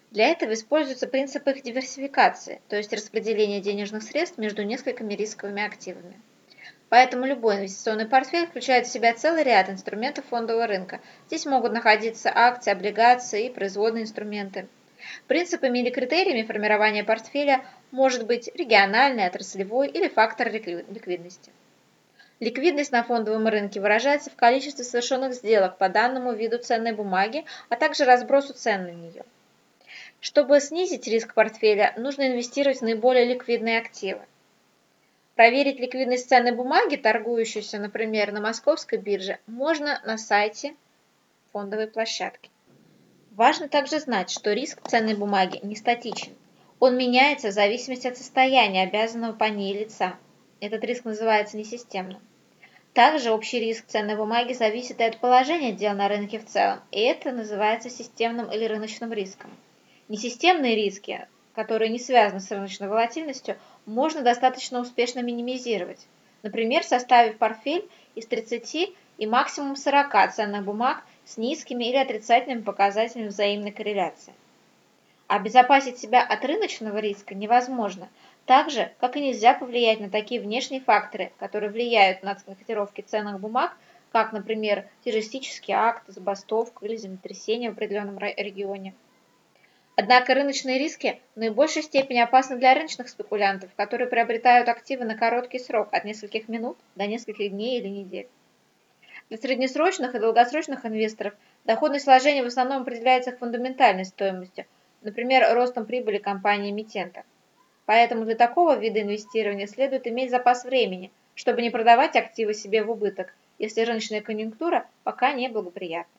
Для этого используется принцип их диверсификации, то есть распределение денежных средств между несколькими рисковыми активами. Поэтому любой инвестиционный портфель включает в себя целый ряд инструментов фондового рынка. Здесь могут находиться акции, облигации и производные инструменты. Принципами или критериями формирования портфеля может быть региональный, отраслевой или фактор ликвидности. Ликвидность на фондовом рынке выражается в количестве совершенных сделок по данному виду ценной бумаги, а также разбросу цен на нее. Чтобы снизить риск портфеля, нужно инвестировать в наиболее ликвидные активы. Проверить ликвидность ценной бумаги, торгующейся, например, на московской бирже, можно на сайте фондовой площадки. Важно также знать, что риск ценной бумаги не статичен. Он меняется в зависимости от состояния обязанного по ней лица. Этот риск называется несистемным. Также общий риск ценной бумаги зависит и от положения дел на рынке в целом, и это называется системным или рыночным риском. Несистемные риски, которые не связаны с рыночной волатильностью, можно достаточно успешно минимизировать, например, составив портфель из 30 и максимум 40 ценных бумаг с низкими или отрицательными показателями взаимной корреляции. Обезопасить себя от рыночного риска невозможно, так же, как и нельзя повлиять на такие внешние факторы, которые влияют на котировки ценных бумаг, как, например, террористический акт, забастовка или землетрясение в определенном регионе. Однако рыночные риски в наибольшей степени опасны для рыночных спекулянтов, которые приобретают активы на короткий срок от нескольких минут до нескольких дней или недель. Для среднесрочных и долгосрочных инвесторов доходность вложений в основном определяется их фундаментальной стоимостью, например, ростом прибыли компании-эмитента. Поэтому для такого вида инвестирования следует иметь запас времени, чтобы не продавать активы себе в убыток, если рыночная конъюнктура пока не благоприятна.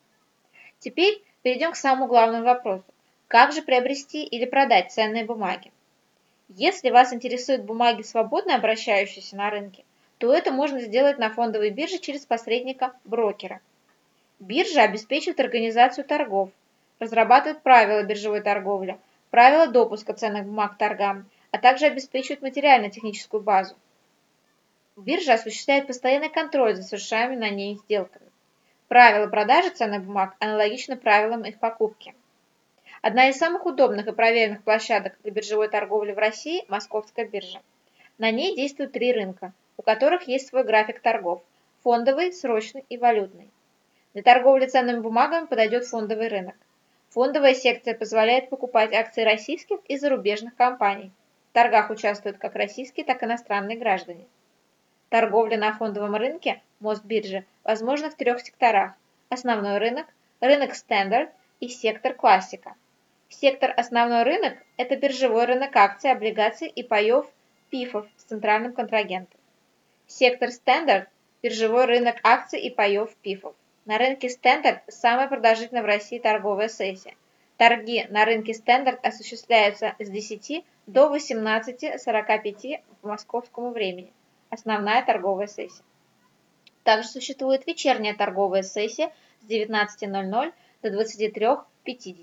Теперь перейдем к самому главному вопросу. Как же приобрести или продать ценные бумаги? Если вас интересуют бумаги, свободно обращающиеся на рынке, то это можно сделать на фондовой бирже через посредника-брокера. Биржа обеспечивает организацию торгов, разрабатывает правила биржевой торговли, правила допуска ценных бумаг к торгам, а также обеспечивает материально-техническую базу. Биржа осуществляет постоянный контроль за совершаемыми на ней сделками. Правила продажи ценных бумаг аналогичны правилам их покупки. Одна из самых удобных и проверенных площадок для биржевой торговли в России – Московская биржа. На ней действуют 3 рынка, у которых есть свой график торгов – фондовый, срочный и валютный. Для торговли ценными бумагами подойдет фондовый рынок. Фондовая секция позволяет покупать акции российских и зарубежных компаний. В торгах участвуют как российские, так и иностранные граждане. Торговля на фондовом рынке Мосбиржи возможна в 3 секторах – основной рынок, рынок стандарт и сектор классика. Сектор «Основной рынок» – это биржевой рынок акций, облигаций и паев ПИФов с центральным контрагентом. Сектор «Стандарт» – биржевой рынок акций и паев ПИФов. На рынке «Стандарт» самая продолжительная в России торговая сессия. Торги на рынке «Стандарт» осуществляются с 10 до 18:45 по московскому времени. Основная торговая сессия. Также существует вечерняя торговая сессия с 19:00 до 23:50.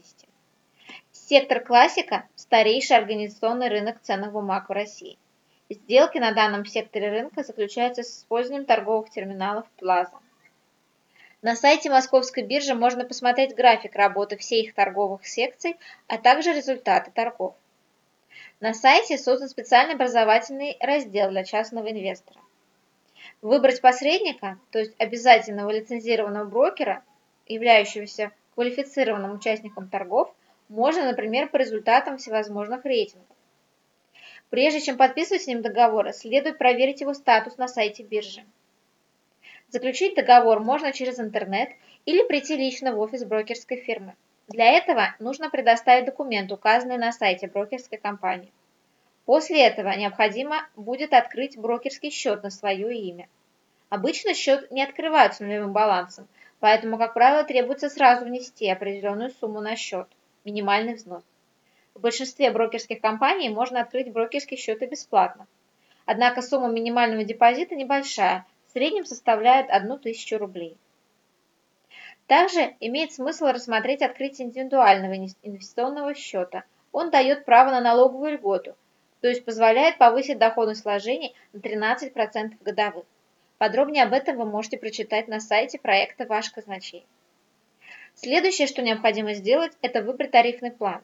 Сектор классика – старейший организационный рынок ценных бумаг в России. Сделки на данном секторе рынка заключаются с использованием торговых терминалов Plaza. На сайте Московской биржи можно посмотреть график работы всех их торговых секций, а также результаты торгов. На сайте создан специальный образовательный раздел для частного инвестора. Выбрать посредника, то есть обязательного лицензированного брокера, являющегося квалифицированным участником торгов, можно, например, по результатам всевозможных рейтингов. Прежде чем подписывать с ним договор, следует проверить его статус на сайте биржи. Заключить договор можно через интернет или прийти лично в офис брокерской фирмы. Для этого нужно предоставить документ, указанный на сайте брокерской компании. После этого необходимо будет открыть брокерский счет на свое имя. Обычно счет не открывают с нулевым балансом, поэтому, как правило, требуется сразу внести определенную сумму на счет, минимальный взнос. В большинстве брокерских компаний можно открыть брокерский счет и бесплатно. Однако сумма минимального депозита небольшая, в среднем составляет 1000 рублей. Также имеет смысл рассмотреть открытие индивидуального инвестиционного счета. Он дает право на налоговую льготу, то есть позволяет повысить доходность вложений на 13% годовых. Подробнее об этом вы можете прочитать на сайте проекта «Ваш казначей». Следующее, что необходимо сделать, это выбрать тарифный план.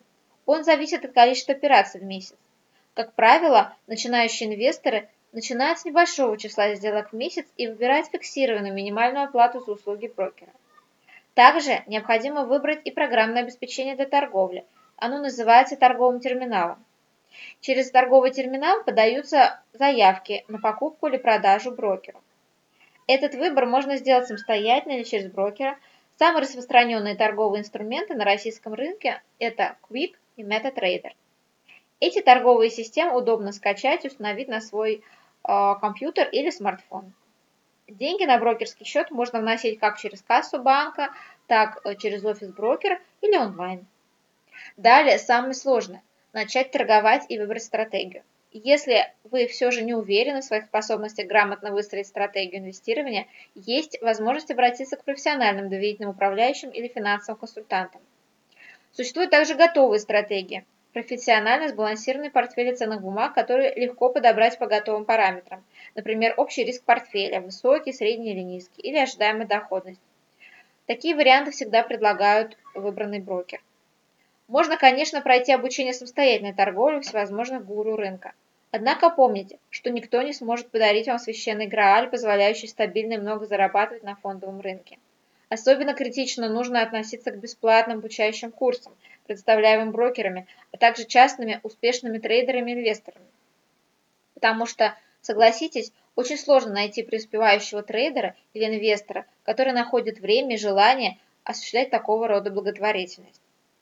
Он зависит от количества операций в месяц. Как правило, начинающие инвесторы начинают с небольшого числа сделок в месяц и выбирают фиксированную минимальную оплату за услуги брокера. Также необходимо выбрать и программное обеспечение для торговли. Оно называется торговым терминалом. Через торговый терминал подаются заявки на покупку или продажу брокеру. Этот выбор можно сделать самостоятельно или через брокера. Самые распространенные торговые инструменты на российском рынке – это Quick и MetaTrader. Эти торговые системы удобно скачать и установить на свой компьютер или смартфон. Деньги на брокерский счет можно вносить как через кассу банка, так через офис брокера или онлайн. Далее самое сложное – начать торговать и выбрать стратегию. Если вы все же не уверены в своих способностях грамотно выстроить стратегию инвестирования, есть возможность обратиться к профессиональным доверительным управляющим или финансовым консультантам. Существуют также готовые стратегии, профессионально сбалансированные портфели ценных бумаг, которые легко подобрать по готовым параметрам, например, общий риск портфеля, высокий, средний или низкий, или ожидаемая доходность. Такие варианты всегда предлагают выбранный брокер. Можно, конечно, пройти обучение самостоятельной торговле у всевозможных гуру рынка. Однако помните, что никто не сможет подарить вам священный Грааль, позволяющий стабильно и много зарабатывать на фондовом рынке. Особенно критично нужно относиться к бесплатным обучающим курсам, представляемым брокерами, а также частными успешными трейдерами и инвесторами. Потому что, согласитесь, очень сложно найти преуспевающего трейдера или инвестора, который находит время и желание осуществлять такого рода благотворительность.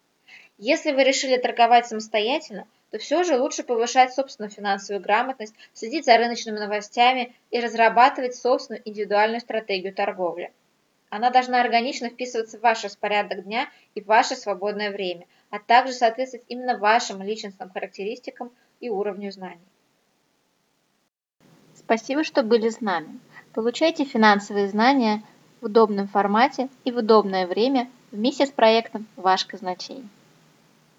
Если вы решили торговать самостоятельно, то все же лучше повышать собственную финансовую грамотность, следить за рыночными новостями и разрабатывать собственную индивидуальную стратегию торговли. Она должна органично вписываться в ваш распорядок дня и в ваше свободное время, а также соответствовать именно вашим личностным характеристикам и уровню знаний. Спасибо, что были с нами. Получайте финансовые знания в удобном формате и в удобное время вместе с проектом «Ваш казначей».